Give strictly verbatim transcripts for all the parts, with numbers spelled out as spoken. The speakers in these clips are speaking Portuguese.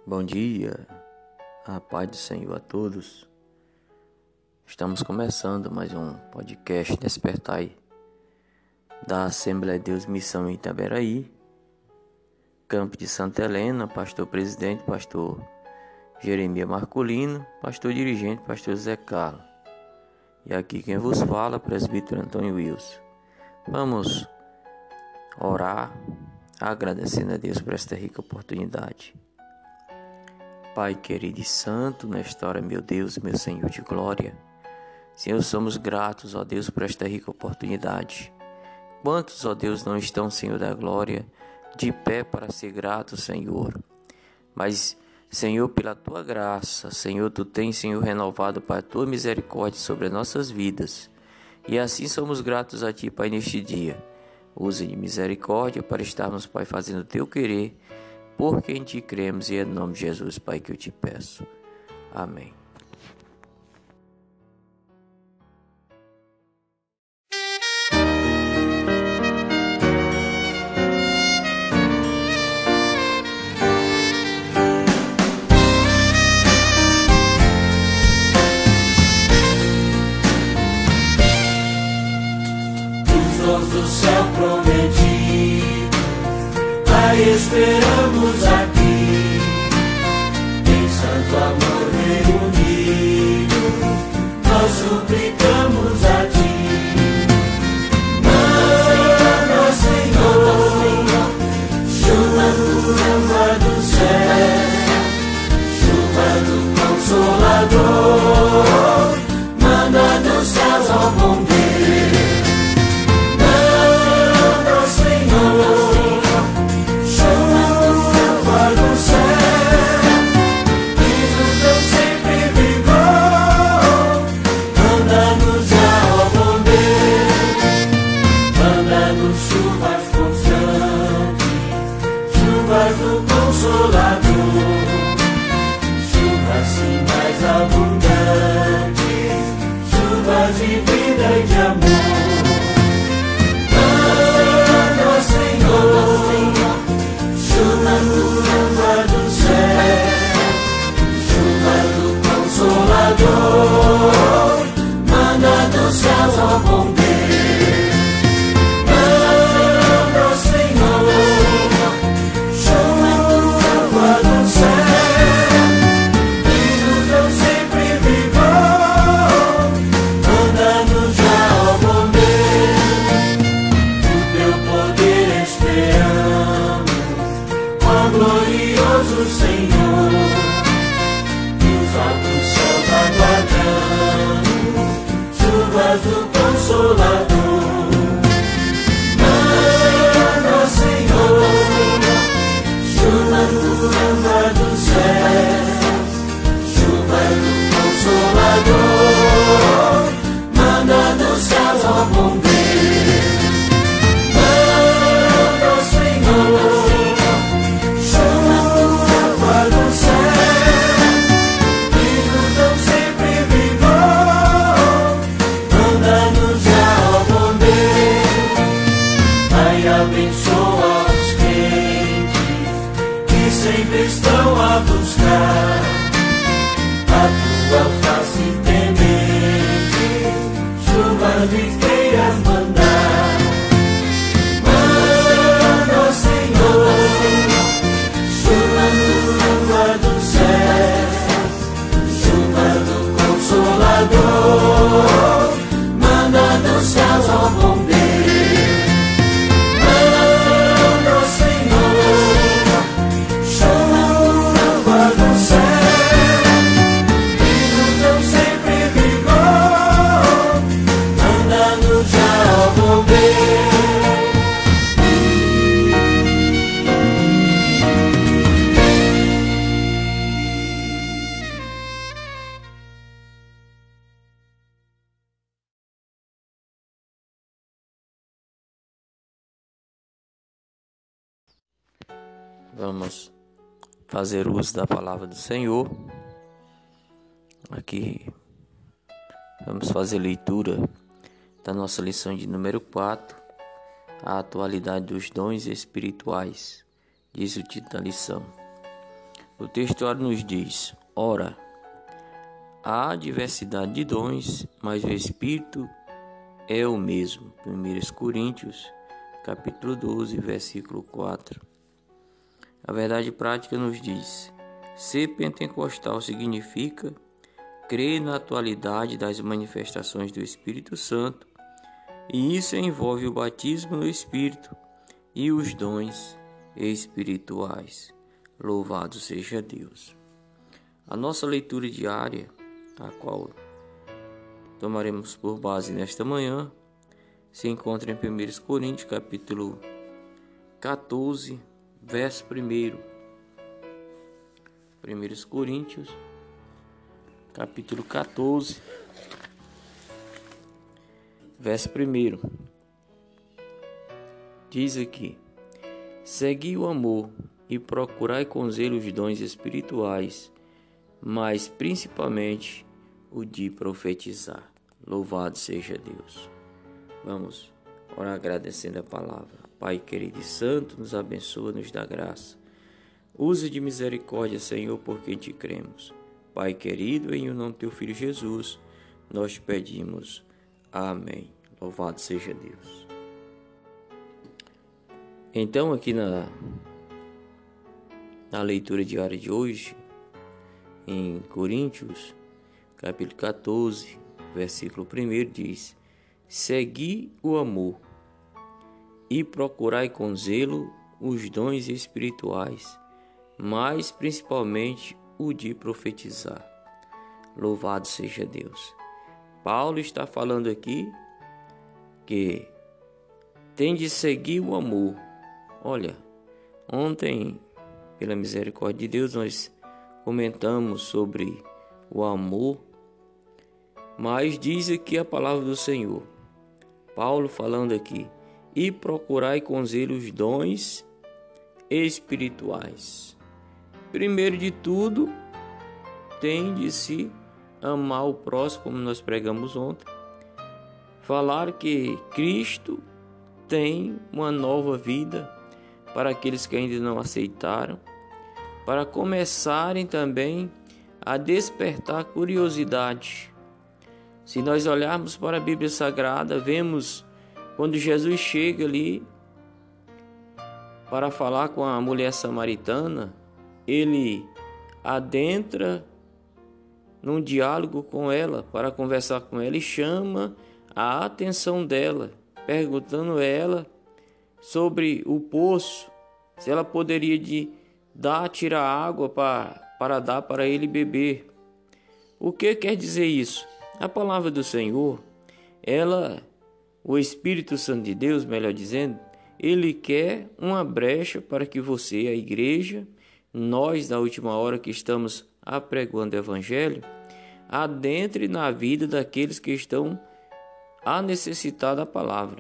Bom dia, a paz do Senhor a todos. Estamos começando mais um podcast Despertai da Assembleia de Deus Missão em Itaberaí, Campo de Santa Helena, pastor presidente, pastor Jeremias Marculino, pastor dirigente, pastor Zé Carlos. E aqui quem vos fala, presbítero Antônio Wilson. Vamos orar, agradecendo a Deus por esta rica oportunidade. Pai querido e santo, nesta hora, meu Deus, meu Senhor de glória, Senhor, somos gratos, ó Deus, por esta rica oportunidade. Quantos, ó Deus, não estão, Senhor da glória, de pé para ser gratos, Senhor? Mas, Senhor, pela Tua graça, Senhor, Tu tens, Senhor, renovado para a Tua misericórdia sobre as nossas vidas. E assim somos gratos a Ti, Pai, neste dia. Use de misericórdia para estarmos, Pai, fazendo o Teu querer, porque em Ti cremos e é em nome de Jesus, Pai, que eu te peço. Amém. Os dons do céu prometidos, a esperamos aqui, em santo amor reunido, nós suplicamos a Ti. Manda, Senhor, chuva do céu, chuva do Consolador, manda dos céus ao bom Deus. De vida e de amor, manda, Senhor, chuva do céu, chuva do Consolador, manda dos céus ao bom Deus. Manda, Senhor, chuva do céu, e nos dão sempre vigor. Manda-nos já ao bom Deus, o Teu poder esperamos, ó glorioso Senhor, nos altos céus aguardamos, chuvas do Consolador. Manda, Senhor, chuvas do céu, chuvas do Consolador, manda dos céus ao bom Deus. Manda, Senhor, chuva do céu, e nos dão sempre vigor, manda-nos já ao bom Deus. Pai, abençoa os crentes que sempre estão a buscar a Tua face temente, chuvas de queiras mandar. Manda, Senhor, chuva do céu, chuva do Consolador, manda dos céus ao bom Deus. Manda, Senhor, chuva do céu, e nos dão sempre vigor, manda-nos já ao bom Deus. Vamos fazer uso da palavra do Senhor. Aqui vamos fazer leitura da nossa lição de número quatro, a atualidade dos dons espirituais, diz o título da lição. O textuário nos diz: ora, há diversidade de dons, mas o Espírito é o mesmo. primeira Coríntios, capítulo doze, versículo quatro. A verdade prática nos diz: ser pentecostal significa crer na atualidade das manifestações do Espírito Santo, e isso envolve o batismo no Espírito e os dons espirituais. Louvado seja Deus. A nossa leitura diária, a qual tomaremos por base nesta manhã, se encontra em primeira Coríntios, capítulo catorze, verso primeiro. primeira Coríntios, capítulo catorze, verso primeiro. Diz aqui: segui o amor e procurai com zelo os dons espirituais, mas principalmente o de profetizar. Louvado seja Deus. Vamos orar agradecendo a palavra. Pai querido e santo, nos abençoa, nos dá graça. Usa de misericórdia, Senhor, por quem te cremos. Pai querido, em o nome do teu Filho Jesus, nós te pedimos. Amém. Louvado seja Deus. Então, aqui na, na leitura diária de hoje, em Coríntios, capítulo catorze, versículo primeiro, diz: segui o amor e procurai com zelo os dons espirituais, mas principalmente o de profetizar. Louvado seja Deus. Paulo está falando aqui que tem de seguir o amor. Olha, ontem, pela misericórdia de Deus, nós comentamos sobre o amor, mas diz aqui a palavra do Senhor, Paulo falando aqui: e procurai com zelo os dons espirituais. Primeiro de tudo, tem de se amar o próximo, como nós pregamos ontem. Falar que Cristo tem uma nova vida para aqueles que ainda não aceitaram, para começarem também a despertar curiosidade. Se nós olharmos para a Bíblia Sagrada, vemos quando Jesus chega ali para falar com a mulher samaritana, ele adentra num diálogo com ela, para conversar com ela, e chama a atenção dela, perguntando a ela sobre o poço, se ela poderia de dar, tirar água para, para dar para ele beber. O que quer dizer isso? A palavra do Senhor, ela, o Espírito Santo de Deus, melhor dizendo, ele quer uma brecha para que você, a igreja, nós da última hora que estamos apregoando o Evangelho, adentre na vida daqueles que estão a necessitar da palavra.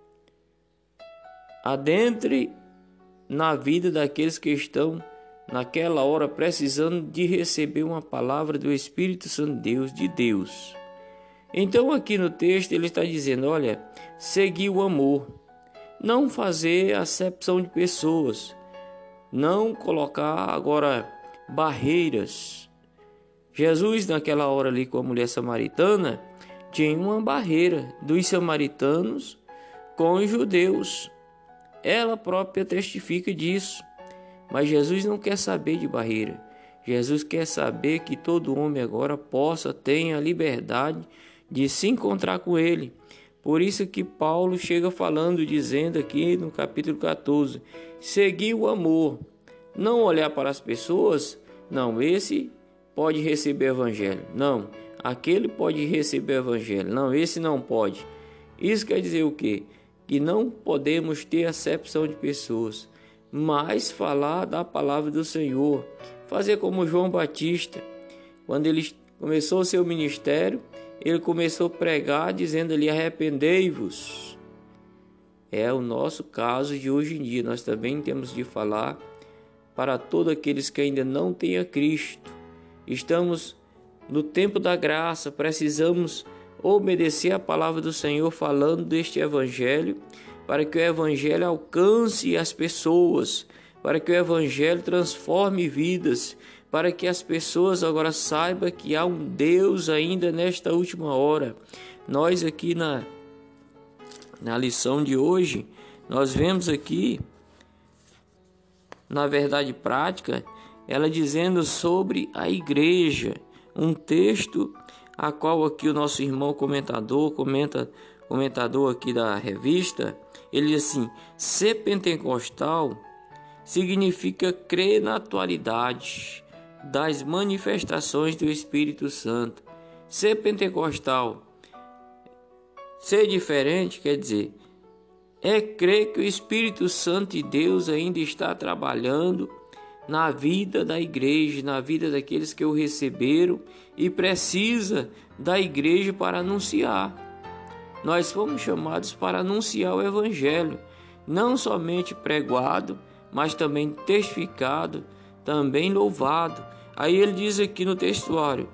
Adentre na vida daqueles que estão naquela hora precisando de receber uma palavra do Espírito Santo de Deus, de Deus. Então aqui no texto ele está dizendo, olha, seguir o amor, não fazer acepção de pessoas, não colocar agora barreiras. Jesus naquela hora ali com a mulher samaritana tinha uma barreira dos samaritanos com os judeus. Ela própria testifica disso. Mas Jesus não quer saber de barreira. Jesus quer saber que todo homem agora possa ter a liberdade de se encontrar com ele. Por isso que Paulo chega falando, dizendo aqui no capítulo catorze, seguir o amor, não olhar para as pessoas, não, esse pode receber o evangelho, não, aquele pode receber o evangelho, não, esse não pode. Isso quer dizer o quê? Que não podemos ter acepção de pessoas, mas falar da palavra do Senhor, fazer como João Batista, quando ele começou o seu ministério, ele começou a pregar dizendo ali, arrependei-vos. É o nosso caso de hoje em dia, nós também temos de falar para todos aqueles que ainda não têm a Cristo. Estamos no tempo da graça, precisamos obedecer a palavra do Senhor falando deste evangelho, para que o evangelho alcance as pessoas, para que o Evangelho transforme vidas, para que as pessoas agora saibam que há um Deus ainda nesta última hora. Nós aqui na, na lição de hoje, nós vemos aqui, na verdade prática, ela dizendo sobre a igreja, um texto a qual aqui o nosso irmão comentador, comenta, comentador aqui da revista, ele diz assim: ser pentecostal significa crer na atualidade das manifestações do Espírito Santo. Ser pentecostal, ser diferente, quer dizer, é crer que o Espírito Santo de Deus ainda está trabalhando na vida da igreja, na vida daqueles que o receberam e precisa da igreja para anunciar. Nós fomos chamados para anunciar o Evangelho, não somente pregado, mas também testificado, também louvado. Aí ele diz aqui no textuário: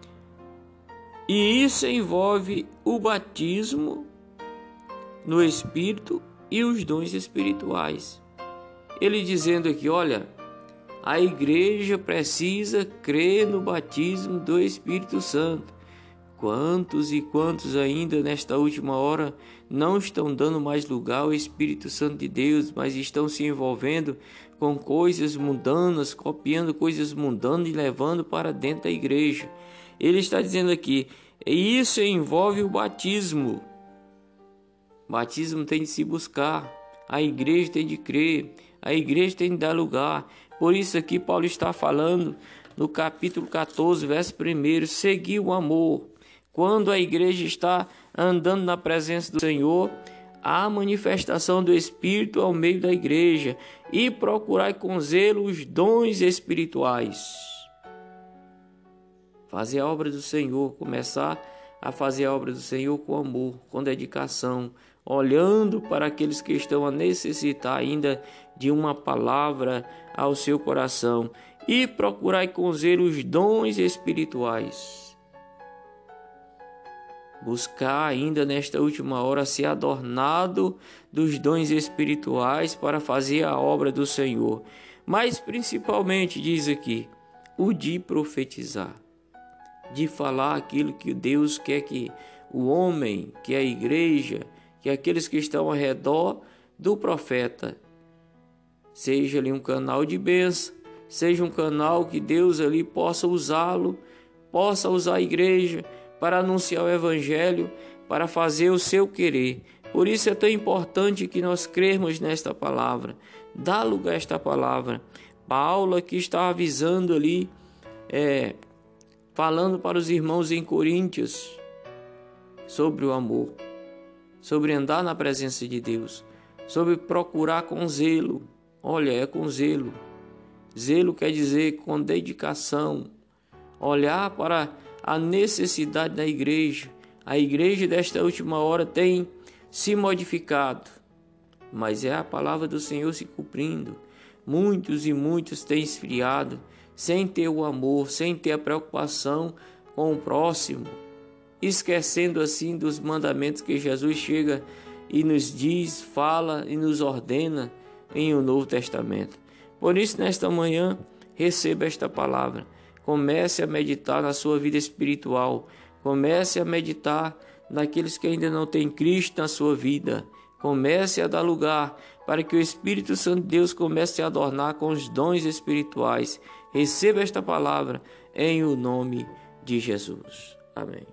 e isso envolve o batismo no Espírito e os dons espirituais. Ele dizendo aqui, olha, a igreja precisa crer no batismo do Espírito Santo. Quantos e quantos ainda nesta última hora não estão dando mais lugar ao Espírito Santo de Deus, mas estão se envolvendo com coisas mundanas, copiando coisas mundanas e levando para dentro da igreja. Ele está dizendo aqui, isso envolve o batismo. O batismo tem de se buscar, a igreja tem de crer, a igreja tem de dar lugar. Por isso aqui Paulo está falando no capítulo catorze, verso primeiro, seguir o amor. Quando a igreja está andando na presença do Senhor, há manifestação do Espírito ao meio da igreja, e procurar com zelo os dons espirituais. Fazer a obra do Senhor, começar a fazer a obra do Senhor com amor, com dedicação, olhando para aqueles que estão a necessitar ainda de uma palavra ao seu coração, e procurar com zelo os dons espirituais. Buscar ainda nesta última hora ser adornado dos dons espirituais para fazer a obra do Senhor. Mas principalmente, diz aqui, o de profetizar, de falar aquilo que Deus quer que o homem, que a igreja, que aqueles que estão ao redor do profeta, seja ali um canal de bênção, seja um canal que Deus ali possa usá-lo, possa usar a igreja para anunciar o Evangelho, para fazer o seu querer. Por isso é tão importante que nós crermos nesta palavra, dá lugar a esta palavra. Paulo aqui está avisando ali, é, falando para os irmãos em Coríntios sobre o amor, sobre andar na presença de Deus, sobre procurar com zelo. Olha, é com zelo. Zelo quer dizer com dedicação, olhar para a necessidade da igreja. A igreja desta última hora tem se modificado, mas é a palavra do Senhor se cumprindo. Muitos e muitos têm esfriado, sem ter o amor, sem ter a preocupação com o próximo, esquecendo assim dos mandamentos que Jesus chega e nos diz, fala e nos ordena em o Novo Testamento. Por isso, nesta manhã, receba esta palavra. Comece a meditar na sua vida espiritual. Comece a meditar naqueles que ainda não têm Cristo na sua vida. Comece a dar lugar para que o Espírito Santo de Deus comece a adornar com os dons espirituais. Receba esta palavra em o nome de Jesus. Amém.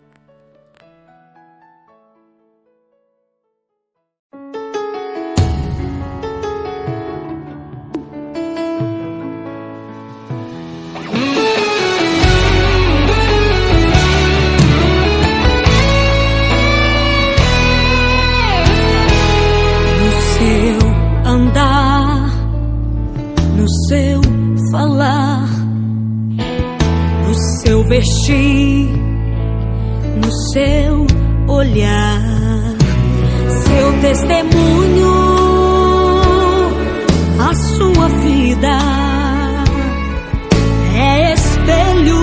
Seu falar, no seu vestir, no seu olhar, seu testemunho, a sua vida é espelho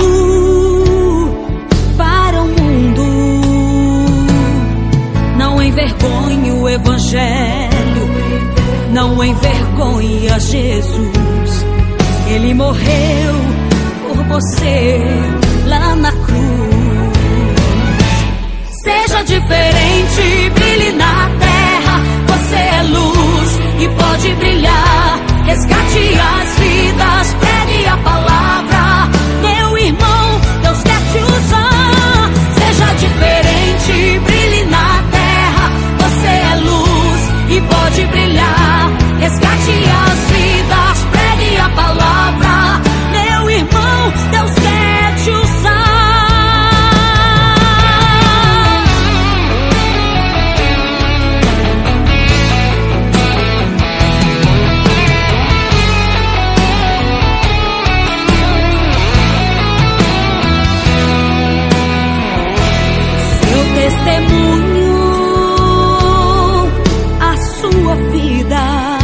para o mundo. Não envergonhe o Evangelho, não envergonhe a Jesus. Ele morreu por você lá na cruz. Seja diferente, brilhe na terra. Você é luz e pode brilhar. Resgate as vidas, pregue a palavra. Meu irmão, Deus quer te usar. Seja diferente, brilhe na terra. Você é luz e pode brilhar. Resgate as vidas, pregue a palavra. Meu irmão, Deus quer te usar. Testemunho, a sua vida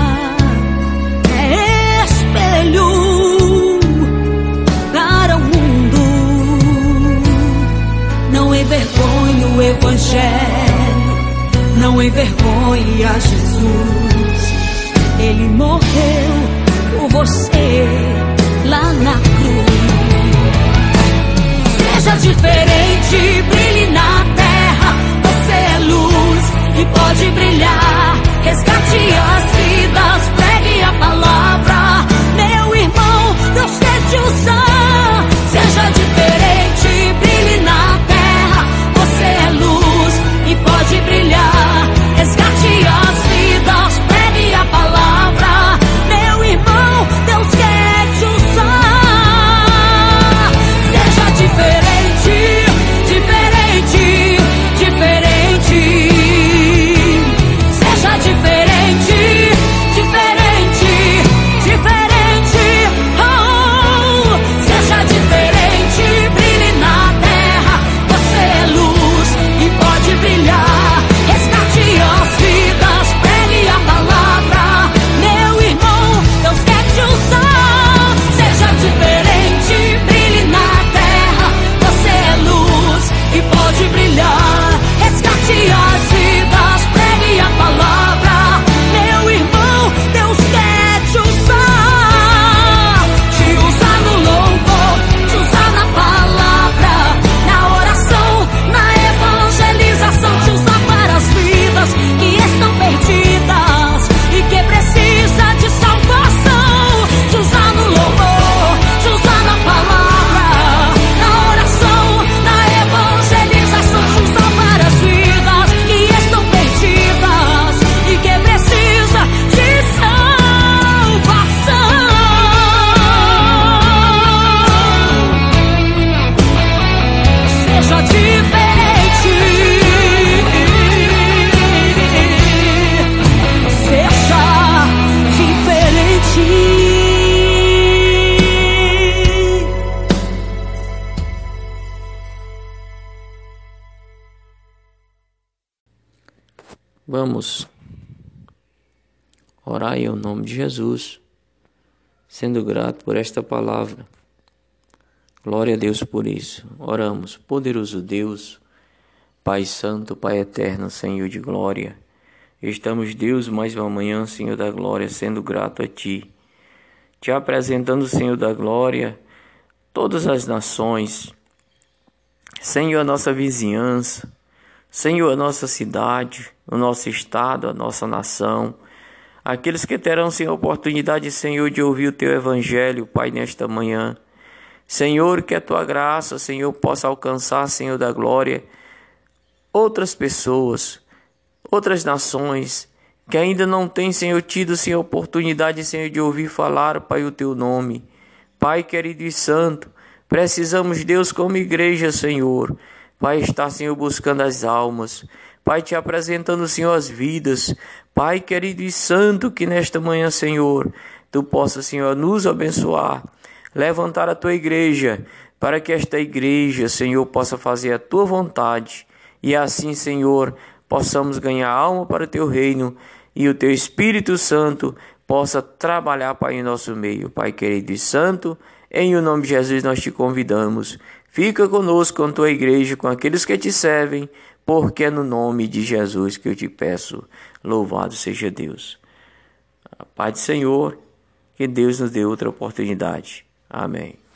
é espelho para o mundo. Não envergonhe o Evangelho, não envergonhe a Jesus. Ele morreu por você lá na cruz. Seja diferente, brilhe na terra. Você é luz e pode brilhar. Resgate as vidas, pregue a palavra. Meu irmão, Deus quer te usar. Seja diferente, brilhe na terra. Você é luz e pode brilhar. Resgate as vidas, pregue a palavra. Meu irmão, Deus quer te usar. Seja diferente, diferente, diferente. Seja diferente, diferente, diferente. Oh, seja diferente, brilhe na terra. Você é luz e pode brilhar. Resgate as vidas, pregue a palavra. Meu irmão, Deus quer te usar. Seja diferente, brilhe na terra. Você é luz e pode brilhar. Resgate as vidas, pregue a palavra. Meu irmão, Deus quer te usar. Te usar no louvor, te usar na palavra, na oração, na evangelização. Te usar para as vidas que estão perdidas e que precisa de salvação. Te usar no louvor, te usar na palavra, na oração, na evangelização. Te usar para as vidas que estão perdidas e que precisa de salvação. Seja diferente, seja diferente. Vamos orar em nome de Jesus, sendo grato por esta palavra. Glória a Deus por isso. Oramos, poderoso Deus, Pai Santo, Pai Eterno, Senhor de glória. Estamos, Deus, mais uma manhã, Senhor da glória, sendo grato a Ti. Te apresentando, Senhor da glória, todas as nações, Senhor, a nossa vizinhança, Senhor, a nossa cidade, o nosso estado, a nossa nação, aqueles que terão, Senhor, oportunidade, Senhor, de ouvir o Teu Evangelho, Pai, nesta manhã. Senhor, que a Tua graça, Senhor, possa alcançar, Senhor da glória, outras pessoas, outras nações, que ainda não têm, Senhor, tido, Senhor, oportunidade, Senhor, de ouvir falar, Pai, o Teu nome. Pai querido e santo, precisamos, Deus, como igreja, Senhor, Pai, estar, Senhor, buscando as almas. Pai, Te apresentando, Senhor, as vidas. Pai, querido e santo, que nesta manhã, Senhor, Tu possa, Senhor, nos abençoar. Levantar a Tua igreja, para que esta igreja, Senhor, possa fazer a Tua vontade. E assim, Senhor, possamos ganhar alma para o Teu reino. E o Teu Espírito Santo possa trabalhar, Pai, em nosso meio. Pai, querido e santo, em o nome de Jesus nós Te convidamos. Fica conosco com a Tua igreja, com aqueles que Te servem, porque é no nome de Jesus que eu Te peço. Louvado seja Deus. A paz do Senhor Que Deus nos dê outra oportunidade. Amém.